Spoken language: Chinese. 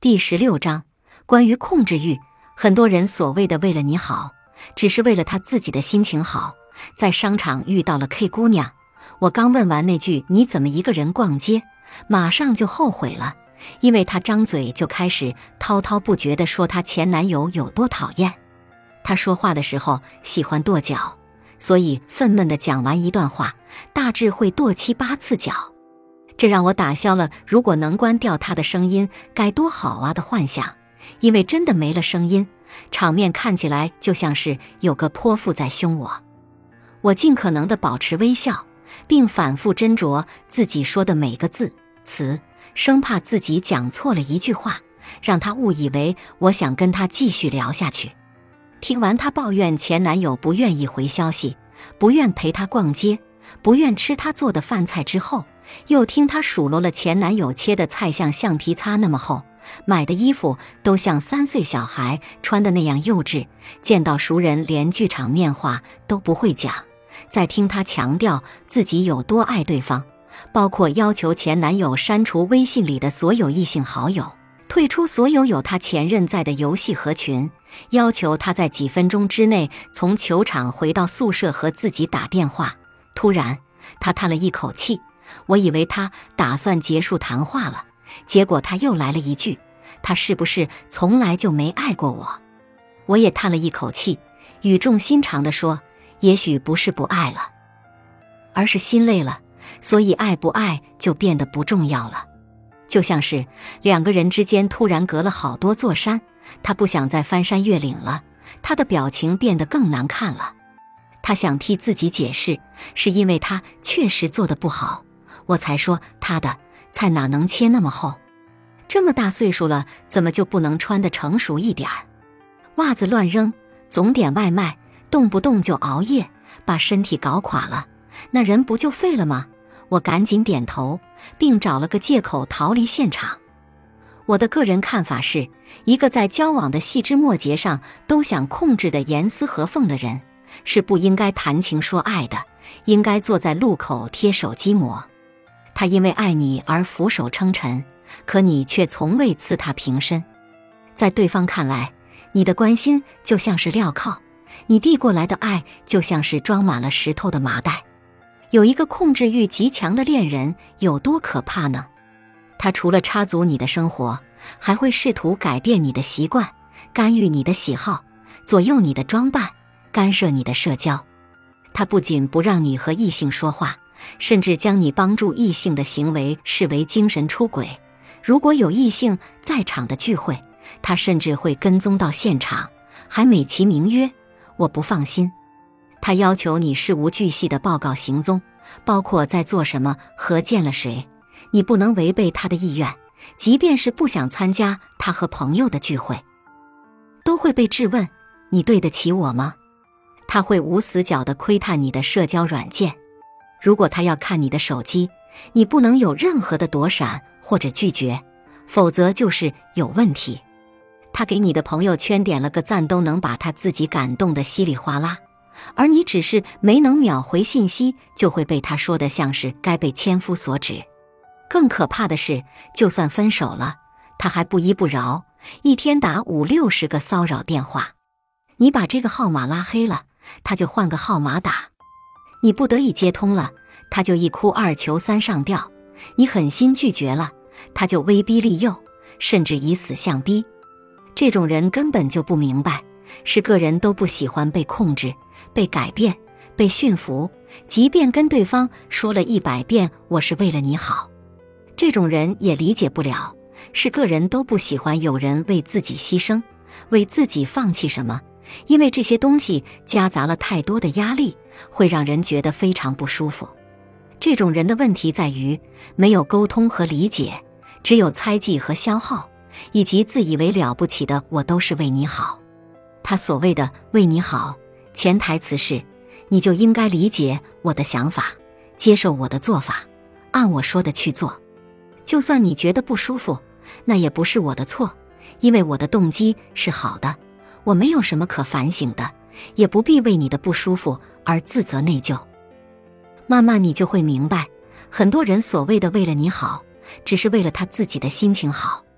第16章，关于控制欲。很多人所谓的为了你好，只是为了他自己的心情好。在商场遇到了 K 姑娘，我刚问完那句你怎么一个人逛街，马上就后悔了，因为她张嘴就开始滔滔不绝地说她前男友有多讨厌。她说话的时候喜欢跺脚，所以愤懑地讲完一段话，大致会跺7、8次脚。这让我打消了如果能关掉她的声音该多好啊的幻想，因为真的没了声音，场面看起来就像是有个泼妇在凶我。我尽可能地保持微笑，并反复斟酌自己说的每个字词，生怕自己讲错了一句话，让她误以为我想跟她继续聊下去。听完她抱怨前男友不愿意回消息，不愿陪她逛街，不愿吃她做的饭菜之后，又听她数落了前男友切的菜像橡皮擦那么厚，买的衣服都像3岁小孩穿的那样幼稚，见到熟人连句场面话都不会讲。再听她强调自己有多爱对方，包括要求前男友删除微信里的所有异性好友，退出所有有他前任在的游戏合群，要求他在几分钟之内从球场回到宿舍和自己打电话。突然他叹了一口气，我以为他打算结束谈话了，结果他又来了一句，他是不是从来就没爱过我？我也叹了一口气，语重心长地说，也许不是不爱了，而是心累了，所以爱不爱就变得不重要了。就像是两个人之间突然隔了好多座山，他不想再翻山越岭了，他的表情变得更难看了。他想替自己解释，是因为他确实做得不好，我才说他的菜哪能切那么厚，这么大岁数了，怎么就不能穿得成熟一点儿？袜子乱扔，总点外卖，动不动就熬夜，把身体搞垮了，那人不就废了吗？我赶紧点头，并找了个借口逃离现场。我的个人看法是，一个在交往的细枝末节上都想控制得严丝合缝的人，是不应该谈情说爱的，应该坐在路口贴手机膜。他因为爱你而俯首称臣，可你却从未赐他平身。在对方看来，你的关心就像是镣铐，你递过来的爱就像是装满了石头的麻袋。有一个控制欲极强的恋人有多可怕呢？他除了插足你的生活，还会试图改变你的习惯，干预你的喜好，左右你的装扮，干涉你的社交。他不仅不让你和异性说话，甚至将你帮助异性的行为视为精神出轨。如果有异性在场的聚会，他甚至会跟踪到现场，还美其名曰我不放心。他要求你事无巨细地报告行踪，包括在做什么和见了谁，你不能违背他的意愿，即便是不想参加他和朋友的聚会，都会被质问，你对得起我吗？他会无死角地窥探你的社交软件，如果他要看你的手机，你不能有任何的躲闪或者拒绝，否则就是有问题。他给你的朋友圈点了个赞都能把他自己感动得稀里哗啦，而你只是没能秒回信息，就会被他说得像是该被千夫所指。更可怕的是，就算分手了，他还不依不饶，一天打50、60个骚扰电话。你把这个号码拉黑了，他就换个号码打。你不得已接通了，他就一哭二求三上吊。你狠心拒绝了，他就威逼利诱，甚至以死相逼。这种人根本就不明白，是个人都不喜欢被控制、被改变、被驯服，即便跟对方说了100遍我是为了你好，这种人也理解不了，是个人都不喜欢有人为自己牺牲，为自己放弃什么，因为这些东西夹杂了太多的压力，会让人觉得非常不舒服。这种人的问题在于没有沟通和理解，只有猜忌和消耗，以及自以为了不起的我都是为你好。他所谓的为你好，潜台词是你就应该理解我的想法，接受我的做法，按我说的去做。就算你觉得不舒服，那也不是我的错，因为我的动机是好的，我没有什么可反省的，也不必为你的不舒服而自责内疚。慢慢你就会明白，很多人所谓的为了你好，只是为了他自己的心情好。